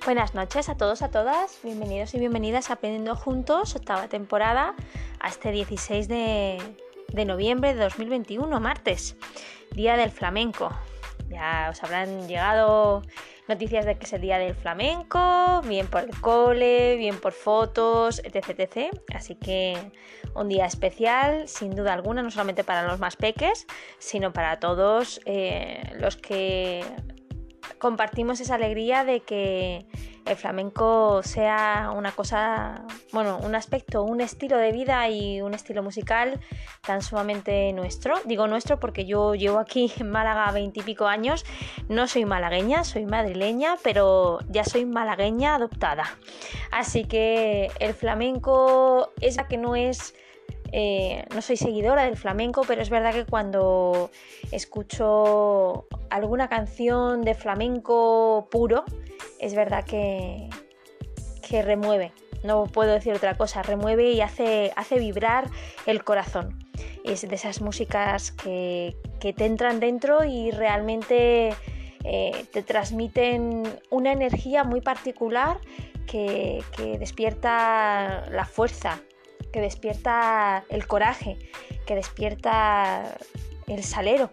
Buenas noches a todos, a todas, bienvenidos y bienvenidas a Aprendiendo Juntos, octava temporada, a este 16 de noviembre de 2021, martes, Día del Flamenco. Ya os habrán llegado noticias de que es el Día del Flamenco, bien por el cole, bien por fotos, etc. Así que un día especial, sin duda alguna, no solamente para los más peques, sino para todos los que compartimos esa alegría de que el flamenco sea una cosa, un aspecto, un estilo de vida y un estilo musical tan sumamente nuestro. Digo nuestro porque yo llevo aquí en Málaga 20 y pico años, no soy malagueña, soy madrileña, pero ya soy malagueña adoptada. Así que el flamenco es la que no es... no soy seguidora del flamenco, pero es verdad que cuando escucho alguna canción de flamenco puro, es verdad que remueve, no puedo decir otra cosa, remueve y hace vibrar el corazón. Es de esas músicas que te entran dentro y realmente te transmiten una energía muy particular que despierta la fuerza, que despierta el coraje, que despierta el salero,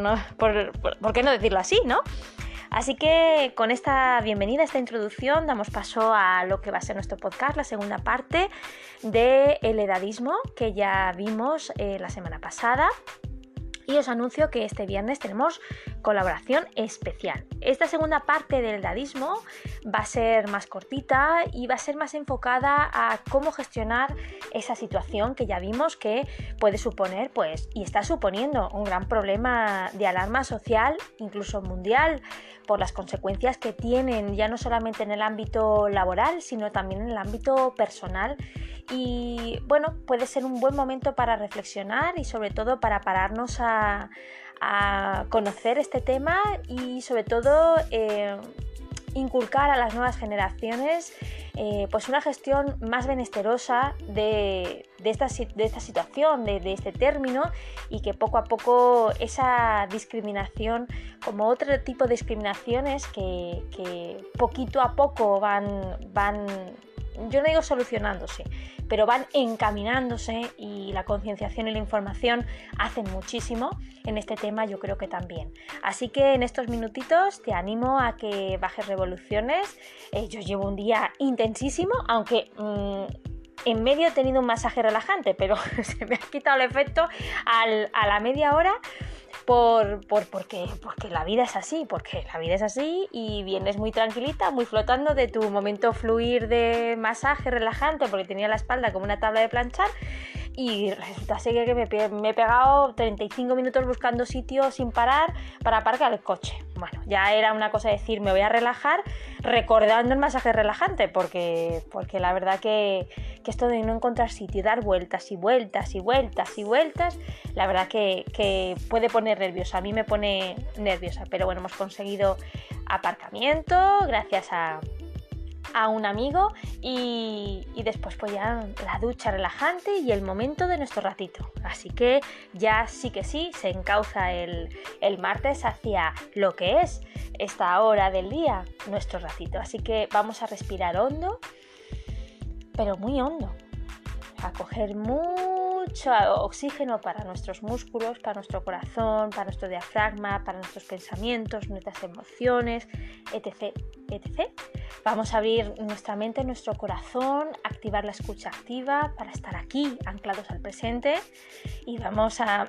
por qué no decirlo así, ¿no? Así que con esta bienvenida, esta introducción, damos paso a lo que va a ser nuestro podcast, la segunda parte del edadismo que ya vimos la semana pasada. Y os anuncio que este viernes tenemos colaboración especial. Esta segunda parte del edadismo va a ser más cortita y va a ser más enfocada a cómo gestionar esa situación que ya vimos que puede suponer, y está suponiendo un gran problema de alarma social, incluso mundial, por las consecuencias que tienen ya no solamente en el ámbito laboral, sino también en el ámbito personal. Y puede ser un buen momento para reflexionar y sobre todo para pararnos a conocer este tema y sobre todo inculcar a las nuevas generaciones una gestión más benesterosa de esta situación, de este término, y que poco a poco esa discriminación, como otro tipo de discriminaciones que poquito a poco van, yo no digo solucionándose, pero van encaminándose, y la concienciación y la información hacen muchísimo en este tema, yo creo que también. Así que en estos minutitos te animo a que bajes revoluciones. Yo llevo un día intensísimo, aunque en medio he tenido un masaje relajante, pero se me ha quitado el efecto a la media hora. Porque la vida es así, y vienes muy tranquilita, muy flotando de tu momento fluir de masaje relajante, porque tenía la espalda como una tabla de planchar, y resulta ser que me he pegado 35 minutos buscando sitio sin parar para aparcar el coche. Bueno, ya era una cosa decir, me voy a relajar recordando el masaje relajante, porque la verdad que esto de no encontrar sitio, dar vueltas y vueltas y vueltas y vueltas, la verdad que puede poner nerviosa. A mí me pone nerviosa, pero bueno, hemos conseguido aparcamiento gracias a un amigo, y después ya la ducha relajante y el momento de nuestro ratito. Así que ya sí que sí se encauza el martes hacia lo que es esta hora del día, nuestro ratito. Así que vamos a respirar hondo, pero muy hondo, a coger mucho oxígeno para nuestros músculos, para nuestro corazón, para nuestro diafragma, para nuestros pensamientos, nuestras emociones, etc. Vamos a abrir nuestra mente, nuestro corazón, activar la escucha activa para estar aquí, anclados al presente, y vamos a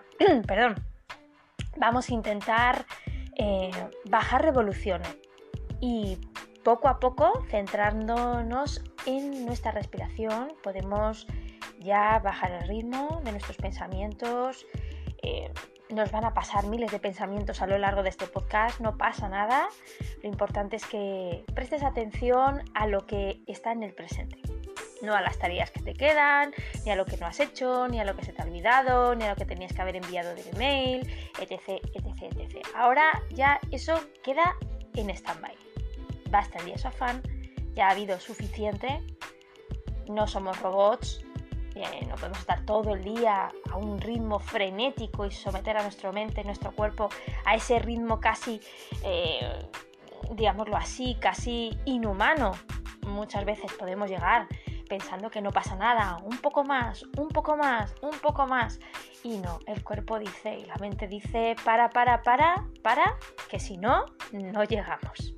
intentar bajar revoluciones y poco a poco, centrándonos en nuestra respiración, podemos ya bajar el ritmo de nuestros pensamientos. Nos van a pasar miles de pensamientos a lo largo de este podcast, no pasa nada. Lo importante es que prestes atención a lo que está en el presente, no a las tareas que te quedan, ni a lo que no has hecho, ni a lo que se te ha olvidado, ni a lo que tenías que haber enviado del email, etc. Ahora ya eso queda en stand-by. Basta el día su afán, ya ha habido suficiente, no somos robots. No podemos estar todo el día a un ritmo frenético y someter a nuestra mente, nuestro cuerpo, a ese ritmo casi digámoslo así, casi inhumano. Muchas veces podemos llegar pensando que no pasa nada, un poco más, y no, el cuerpo dice y la mente dice para, que si no, no llegamos.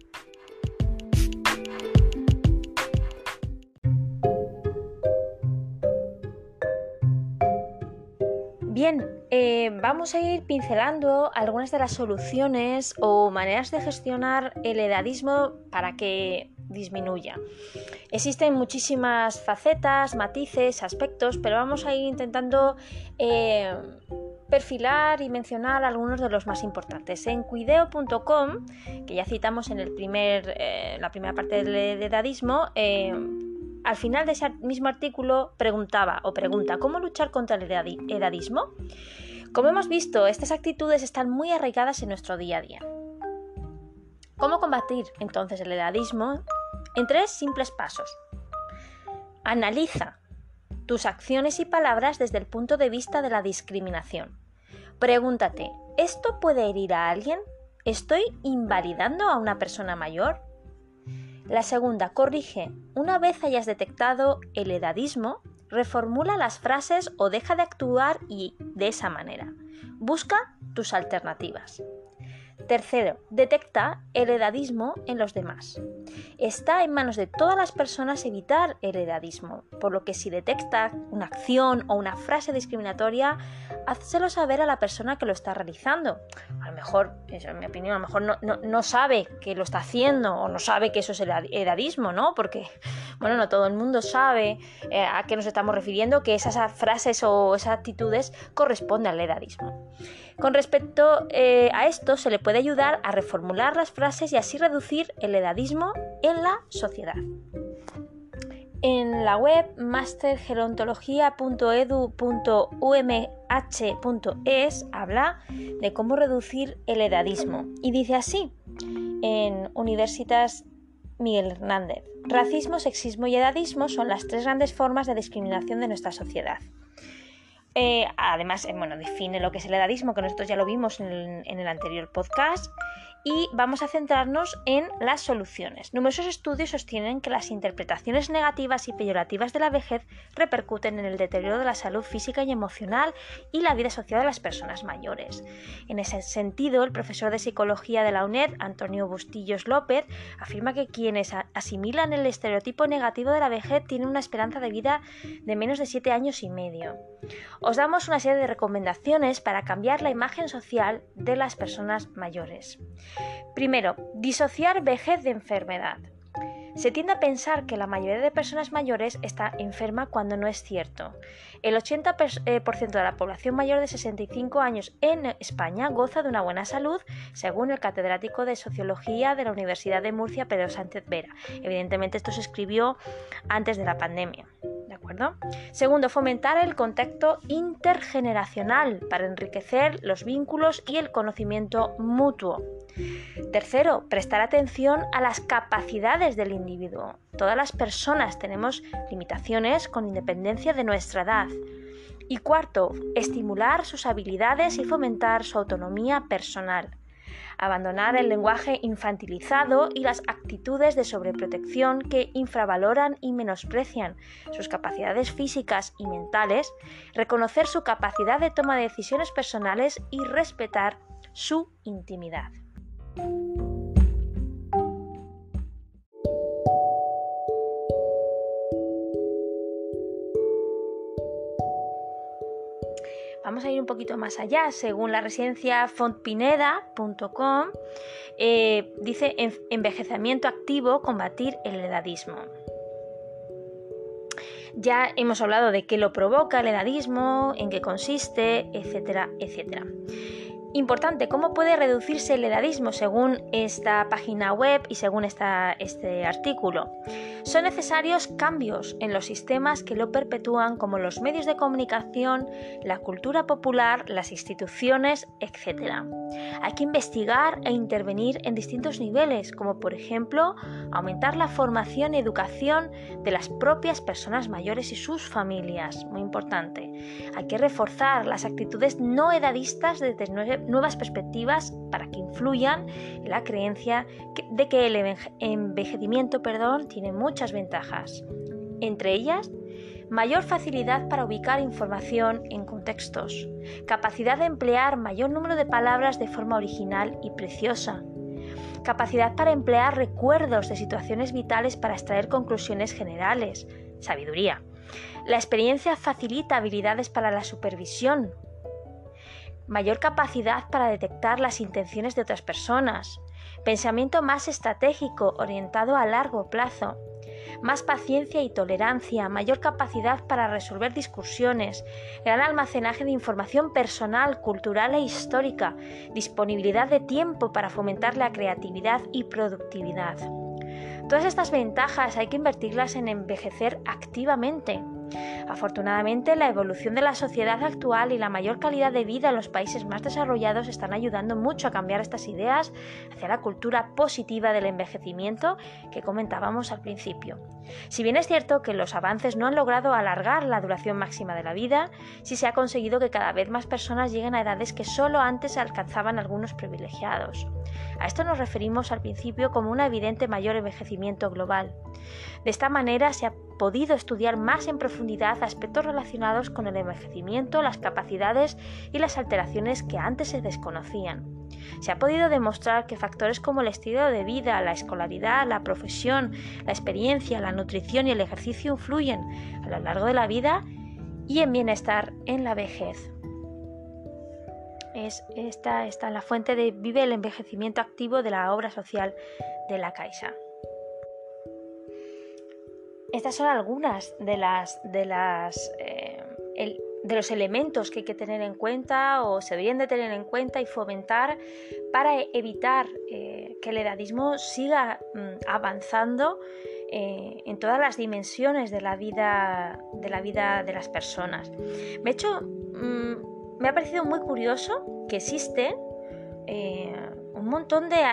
Bien, vamos a ir pincelando algunas de las soluciones o maneras de gestionar el edadismo para que disminuya. Existen muchísimas facetas, matices, aspectos, pero vamos a ir intentando perfilar y mencionar algunos de los más importantes. En cuideo.com, que ya citamos en la primera parte del edadismo, al final de ese mismo artículo pregunta, ¿cómo luchar contra el edadismo? Como hemos visto, estas actitudes están muy arraigadas en nuestro día a día. ¿Cómo combatir entonces el edadismo? En 3 simples pasos. Analiza tus acciones y palabras desde el punto de vista de la discriminación. Pregúntate, ¿esto puede herir a alguien? ¿Estoy invalidando a una persona mayor? La segunda, corrige. Una vez hayas detectado el edadismo, reformula las frases o deja de actuar de esa manera. Busca tus alternativas. Tercero, detecta el edadismo en los demás. Está en manos de todas las personas evitar el edadismo, por lo que si detecta una acción o una frase discriminatoria, házselo saber a la persona que lo está realizando. A lo mejor, eso en mi opinión, a lo mejor no sabe que lo está haciendo o no sabe que eso es el edadismo, ¿no? Porque, bueno, no todo el mundo sabe a qué nos estamos refiriendo, que esas frases o esas actitudes corresponden al edadismo. Con respecto a esto, se le puede ayudar a reformular las frases y así reducir el edadismo en la sociedad. En la web mastergerontología.edu.umh.es habla de cómo reducir el edadismo y dice así en Universitas Miguel Hernández: racismo, sexismo y edadismo son las 3 grandes formas de discriminación de nuestra sociedad. Además, define lo que es el edadismo, que nosotros ya lo vimos en el anterior podcast, y vamos a centrarnos en las soluciones. Numerosos estudios sostienen que las interpretaciones negativas y peyorativas de la vejez repercuten en el deterioro de la salud física y emocional y la vida social de las personas mayores. En ese sentido, el profesor de psicología de la UNED, Antonio Bustillos López, afirma que quienes asimilan el estereotipo negativo de la vejez tienen una esperanza de vida de menos de 7 años y medio. Os damos una serie de recomendaciones para cambiar la imagen social de las personas mayores. Primero, disociar vejez de enfermedad. Se tiende a pensar que la mayoría de personas mayores está enferma cuando no es cierto. El 80% de la población mayor de 65 años en España goza de una buena salud, según el catedrático de Sociología de la Universidad de Murcia, Pedro Sánchez Vera. Evidentemente esto se escribió antes de la pandemia. ¿De acuerdo? Segundo, fomentar el contacto intergeneracional para enriquecer los vínculos y el conocimiento mutuo. Tercero, prestar atención a las capacidades del individuo. Todas las personas tenemos limitaciones con independencia de nuestra edad. Y cuarto, estimular sus habilidades y fomentar su autonomía personal. Abandonar el lenguaje infantilizado y las actitudes de sobreprotección que infravaloran y menosprecian sus capacidades físicas y mentales, reconocer su capacidad de toma de decisiones personales y respetar su intimidad. Vamos a ir un poquito más allá. Según la residencia fontpineda.com, dice envejecimiento activo, combatir el edadismo. Ya hemos hablado de qué lo provoca el edadismo, en qué consiste, etcétera, etcétera. Importante, ¿cómo puede reducirse el edadismo según esta página web y según este artículo? Son necesarios cambios en los sistemas que lo perpetúan, como los medios de comunicación, la cultura popular, las instituciones, etc. Hay que investigar e intervenir en distintos niveles, como por ejemplo aumentar la formación y educación de las propias personas mayores y sus familias, muy importante. Hay que reforzar las actitudes no edadistas desde nuevas perspectivas para que influyan en la creencia de que el envejecimiento tiene muchas ventajas. Entre ellas, mayor facilidad para ubicar información en contextos, capacidad de emplear mayor número de palabras de forma original y preciosa, capacidad para emplear recuerdos de situaciones vitales para extraer conclusiones generales, sabiduría. La experiencia facilita habilidades para la supervisión, mayor capacidad para detectar las intenciones de otras personas, pensamiento más estratégico orientado a largo plazo, más paciencia y tolerancia, mayor capacidad para resolver discusiones, gran almacenaje de información personal, cultural e histórica, disponibilidad de tiempo para fomentar la creatividad y productividad. Todas estas ventajas hay que invertirlas en envejecer activamente. Afortunadamente, la evolución de la sociedad actual y la mayor calidad de vida en los países más desarrollados están ayudando mucho a cambiar estas ideas hacia la cultura positiva del envejecimiento que comentábamos al principio. Si bien es cierto que los avances no han logrado alargar la duración máxima de la vida, sí se ha conseguido que cada vez más personas lleguen a edades que solo antes alcanzaban algunos privilegiados. A esto nos referimos al principio como un evidente mayor envejecimiento global. De esta manera se ha podido estudiar más en profundidad aspectos relacionados con el envejecimiento, las capacidades y las alteraciones que antes se desconocían. Se ha podido demostrar que factores como el estilo de vida, la escolaridad, la profesión, la experiencia, la nutrición y el ejercicio influyen a lo largo de la vida y en bienestar en la vejez. Esta es la fuente de Vive el envejecimiento activo de la obra social de la Caixa. Estas son algunas de los elementos que hay que tener en cuenta o se deberían de tener en cuenta y fomentar para evitar que el edadismo siga avanzando en todas las dimensiones de la vida de las personas. De hecho, me ha parecido muy curioso que existen un montón de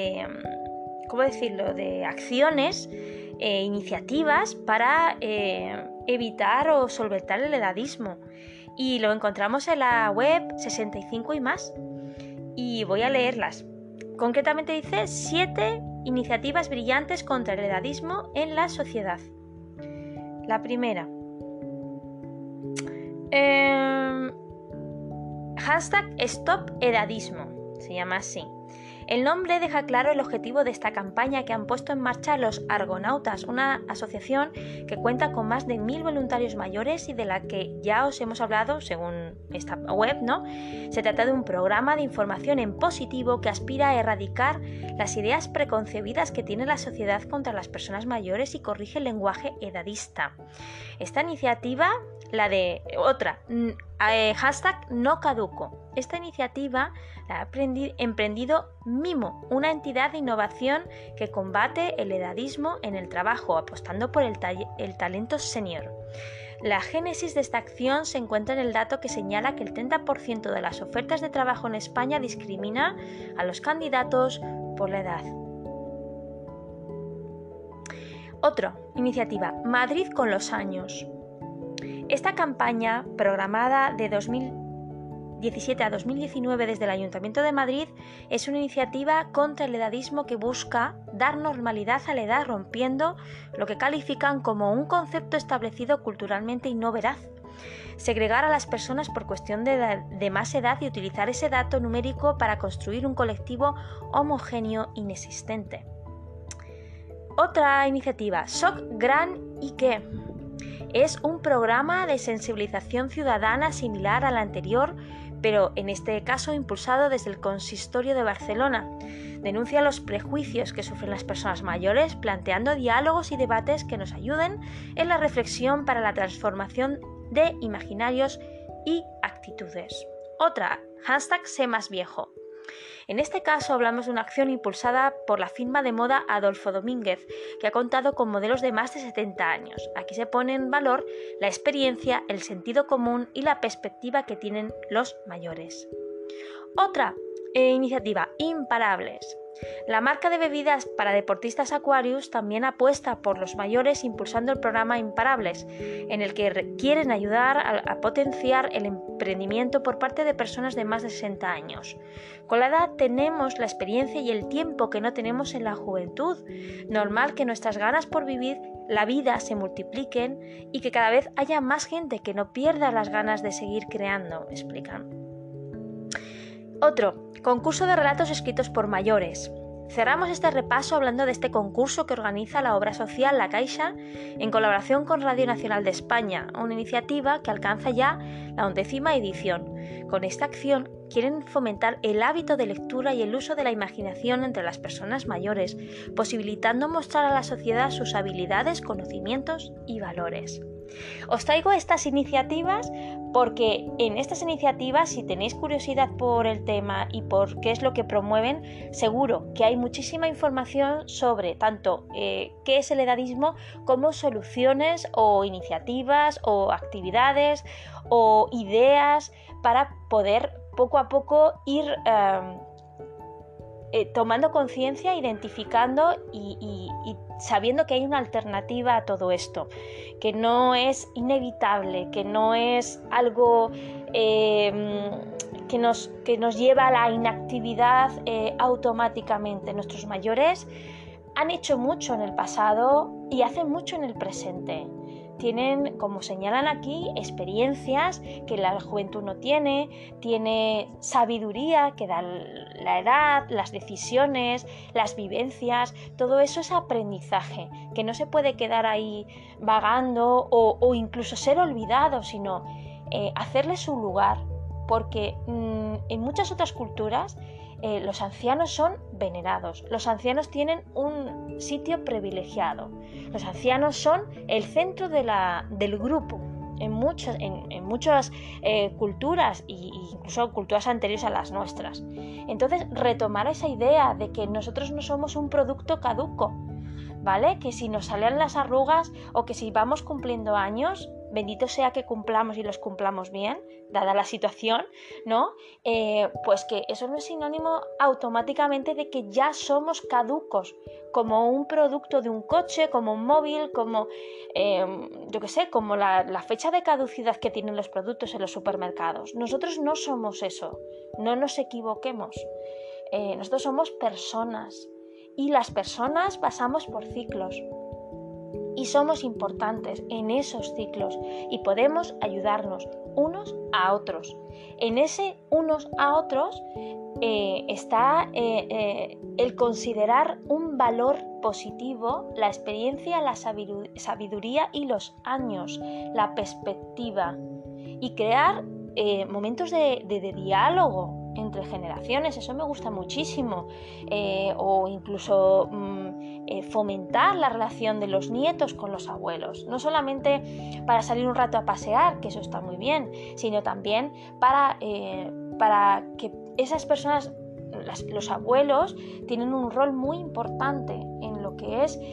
acciones e iniciativas para evitar o solventar el edadismo. Y lo encontramos en la web 65 y más. Y voy a leerlas. Concretamente dice 7 iniciativas brillantes contra el edadismo en la sociedad. La primera. #StopEdadismo. Se llama así. El nombre deja claro el objetivo de esta campaña que han puesto en marcha los Argonautas, una asociación que cuenta con más de 1000 voluntarios mayores y de la que ya os hemos hablado según esta web, ¿no? Se trata de un programa de información en positivo que aspira a erradicar las ideas preconcebidas que tiene la sociedad contra las personas mayores y corrige el lenguaje edadista. Esta iniciativa, la de otra, #NoCaduco. Esta iniciativa la ha emprendido Mimo, una entidad de innovación que combate el edadismo en el trabajo, apostando por el talento senior. La génesis de esta acción se encuentra en el dato que señala que el 30% de las ofertas de trabajo en España discrimina a los candidatos por la edad. Otra iniciativa, Madrid con los años. Esta campaña, programada de 2017 a 2019 desde el Ayuntamiento de Madrid, es una iniciativa contra el edadismo que busca dar normalidad a la edad rompiendo lo que califican como un concepto establecido culturalmente y no veraz. Segregar a las personas por cuestión de más edad y utilizar ese dato numérico para construir un colectivo homogéneo inexistente. Otra iniciativa, SOC Gran y qué. Es un programa de sensibilización ciudadana similar al anterior, pero en este caso impulsado desde el Consistorio de Barcelona. Denuncia los prejuicios que sufren las personas mayores, planteando diálogos y debates que nos ayuden en la reflexión para la transformación de imaginarios y actitudes. Otra, #SéMásViejo. En este caso hablamos de una acción impulsada por la firma de moda Adolfo Domínguez, que ha contado con modelos de más de 70 años. Aquí se pone en valor la experiencia, el sentido común y la perspectiva que tienen los mayores. Otra iniciativa, Imparables. La marca de bebidas para deportistas Aquarius también apuesta por los mayores impulsando el programa Imparables, en el que quieren ayudar a potenciar el emprendimiento por parte de personas de más de 60 años. Con la edad tenemos la experiencia y el tiempo que no tenemos en la juventud. Normal que nuestras ganas por vivir la vida se multipliquen y que cada vez haya más gente que no pierda las ganas de seguir creando, explican. Otro, concurso de relatos escritos por mayores. Cerramos este repaso hablando de este concurso que organiza la obra social La Caixa en colaboración con Radio Nacional de España, una iniciativa que alcanza ya la 11ª edición. Con esta acción quieren fomentar el hábito de lectura y el uso de la imaginación entre las personas mayores, posibilitando mostrar a la sociedad sus habilidades, conocimientos y valores. Os traigo estas iniciativas porque en estas iniciativas, si tenéis curiosidad por el tema y por qué es lo que promueven, seguro que hay muchísima información sobre tanto qué es el edadismo como soluciones o iniciativas o actividades o ideas para poder poco a poco ir tomando conciencia, identificando y sabiendo que hay una alternativa a todo esto, que no es inevitable, que no es algo que nos lleva a la inactividad automáticamente. Nuestros mayores han hecho mucho en el pasado y hacen mucho en el presente. Tienen, como señalan aquí, experiencias que la juventud no tiene sabiduría que da la edad, las decisiones, las vivencias, todo eso es aprendizaje, que no se puede quedar ahí vagando o incluso ser olvidado, sino hacerle su lugar, porque en muchas otras culturas los ancianos son venerados, los ancianos tienen un sitio privilegiado, los ancianos son el centro del grupo en muchas culturas e incluso culturas anteriores a las nuestras. Entonces, retomar esa idea de que nosotros no somos un producto caduco, ¿vale? Que si nos salen las arrugas o que si vamos cumpliendo años, bendito sea que cumplamos y los cumplamos bien, dada la situación, ¿no? Pues que eso no es sinónimo automáticamente de que ya somos caducos, como un producto de un coche, como un móvil, como, como la fecha de caducidad que tienen los productos en los supermercados. Nosotros no somos eso, no nos equivoquemos. Nosotros somos personas y las personas pasamos por ciclos. Y somos importantes en esos ciclos y podemos ayudarnos unos a otros. En ese unos a otros está el considerar un valor positivo, la experiencia, la sabiduría y los años, la perspectiva y crear momentos de diálogo entre generaciones. Eso me gusta muchísimo, o incluso fomentar la relación de los nietos con los abuelos, no solamente para salir un rato a pasear, que eso está muy bien, sino también para que esas personas, los abuelos, tienen un rol muy importante en lo que es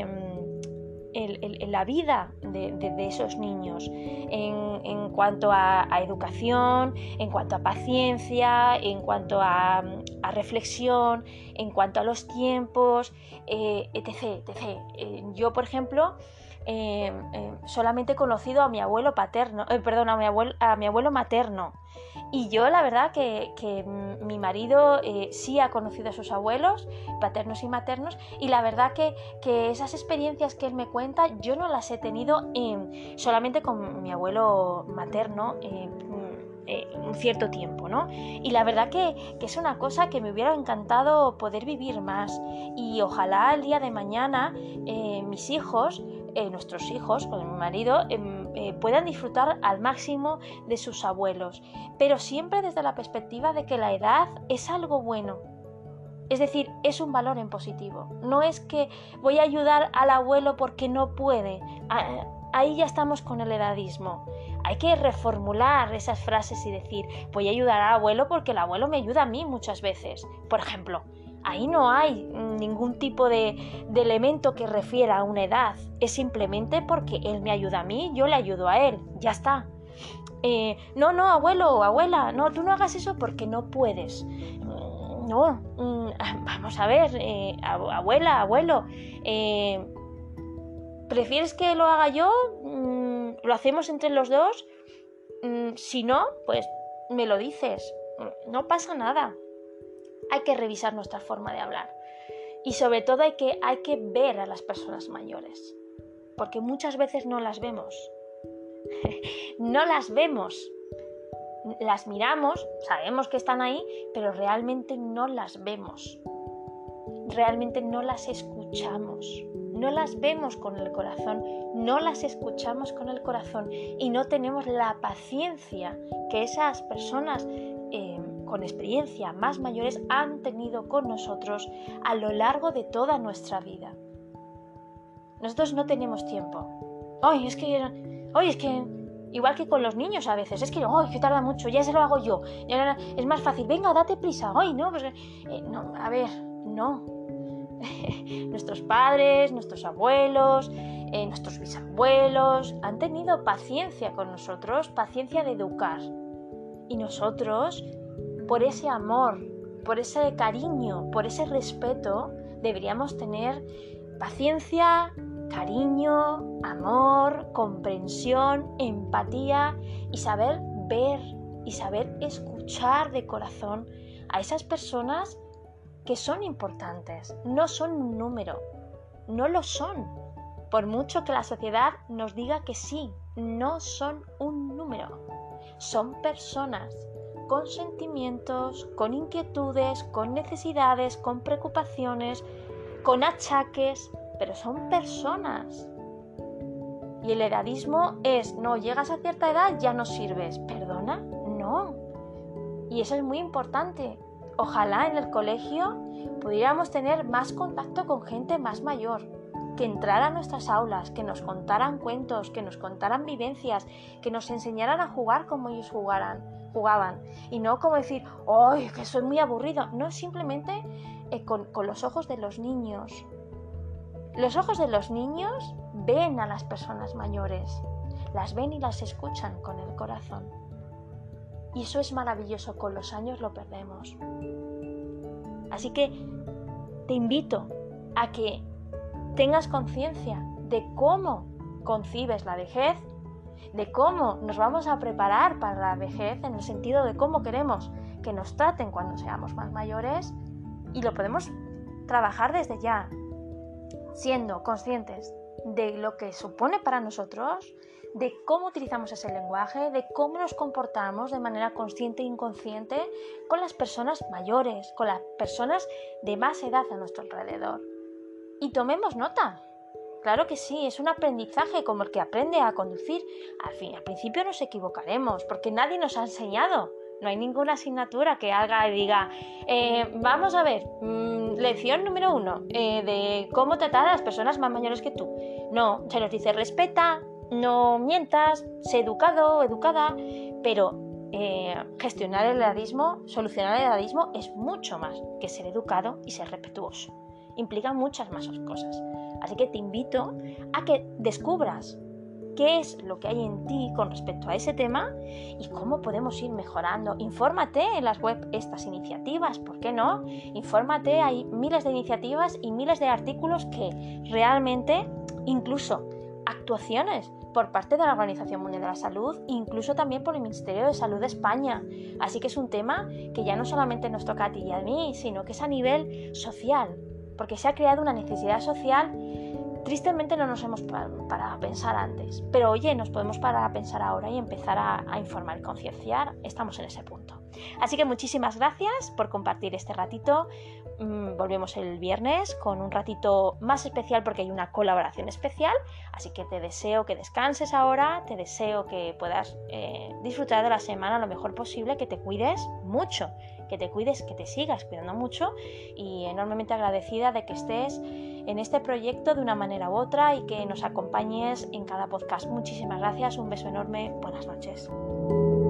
la vida de esos niños, en cuanto a educación, en cuanto a paciencia, en cuanto a reflexión, en cuanto a los tiempos, etc. Yo, por ejemplo, solamente he conocido a mi abuelo paterno, a mi abuelo materno. Y yo la verdad que mi marido sí ha conocido a sus abuelos paternos y maternos, y la verdad que esas experiencias que él me cuenta yo no las he tenido solamente con mi abuelo materno un cierto tiempo, ¿no? Y la verdad que es una cosa que me hubiera encantado poder vivir más, y ojalá el día de mañana mis hijos, nuestros hijos con mi marido, puedan disfrutar al máximo de sus abuelos, pero siempre desde la perspectiva de que la edad es algo bueno. Es decir, es un valor en positivo. No es que voy a ayudar al abuelo porque no puede. Ahí ya estamos con el edadismo. Hay que reformular esas frases y decir, voy a ayudar al abuelo porque el abuelo me ayuda a mí muchas veces. Por ejemplo, ahí no hay ningún tipo de elemento que refiera a una edad. Es simplemente porque él me ayuda a mí, yo le ayudo a él. Ya está. No, abuelo o abuela, no, tú no hagas eso porque no puedes. no, vamos a ver, abuela, abuelo, ¿prefieres que lo haga yo? ¿Lo hacemos entre los dos? Si no, pues me lo dices, no pasa nada. Hay que revisar nuestra forma de hablar y sobre todo hay que ver a las personas mayores, porque muchas veces no las vemos. No las vemos. Las miramos, sabemos que están ahí, pero realmente no las vemos. Realmente no las escuchamos. No las vemos con el corazón, no las escuchamos con el corazón y no tenemos la paciencia que esas personas con experiencia más mayores han tenido con nosotros a lo largo de toda nuestra vida. Nosotros no tenemos tiempo. Es que igual que con los niños a veces, es que tarda mucho, ya se lo hago yo, es más fácil, venga, date prisa, no, a ver, no. Nuestros padres, nuestros abuelos, nuestros bisabuelos han tenido paciencia con nosotros, paciencia de educar. Y nosotros, por ese amor, por ese cariño, por ese respeto, deberíamos tener paciencia, cariño, amor, comprensión, empatía y saber ver y saber escuchar de corazón a esas personas que son importantes, no son un número, no lo son. Por mucho que la sociedad nos diga que sí, no son un número. Son personas con sentimientos, con inquietudes, con necesidades, con preocupaciones, con achaques, pero son personas. Y el edadismo es, no, llegas a cierta edad, ya no sirves. ¿Perdona? No. Y eso es muy importante. Ojalá en el colegio pudiéramos tener más contacto con gente más mayor, que entrara a nuestras aulas, que nos contaran cuentos, que nos contaran vivencias, que nos enseñaran a jugar como ellos jugaban. Y no como decir, ¡ay, que soy muy aburrido! No, simplemente con los ojos de los niños. Los ojos de los niños ven a las personas mayores, las ven y las escuchan con el corazón. Y eso es maravilloso, con los años lo perdemos. Así que te invito a que tengas conciencia de cómo concibes la vejez, de cómo nos vamos a preparar para la vejez, en el sentido de cómo queremos que nos traten cuando seamos más mayores, y lo podemos trabajar desde ya, siendo conscientes de lo que supone para nosotros, de cómo utilizamos ese lenguaje, de cómo nos comportamos de manera consciente e inconsciente con las personas mayores, con las personas de más edad a nuestro alrededor. Y tomemos nota. Claro que sí, es un aprendizaje como el que aprende a conducir. Al principio nos equivocaremos porque nadie nos ha enseñado. No hay ninguna asignatura que haga y diga, vamos a ver, lección número 1 de cómo tratar a las personas más mayores que tú. No, se nos dice respeta, no mientas, sé educado o educada, pero gestionar el edadismo, solucionar el edadismo es mucho más que ser educado y ser respetuoso. Implica muchas más cosas. Así que te invito a que descubras qué es lo que hay en ti con respecto a ese tema y cómo podemos ir mejorando. Infórmate en las web estas iniciativas, ¿por qué no? Infórmate, hay miles de iniciativas y miles de artículos que realmente, incluso actuaciones por parte de la Organización Mundial de la Salud, incluso también por el Ministerio de Salud de España. Así que es un tema que ya no solamente nos toca a ti y a mí, sino que es a nivel social, porque se ha creado una necesidad social. Tristemente no nos hemos parado a pensar antes, pero oye, nos podemos parar a pensar ahora y empezar a informar y concienciar. Estamos en ese punto. Así que muchísimas gracias por compartir este ratito. Volvemos el viernes con un ratito más especial porque hay una colaboración especial. Así que te deseo que descanses ahora, te deseo que puedas disfrutar de la semana lo mejor posible, que te cuides mucho, que te cuides, que te sigas cuidando mucho, y enormemente agradecida de que estés en este proyecto de una manera u otra y que nos acompañes en cada podcast. Muchísimas gracias, un beso enorme, buenas noches.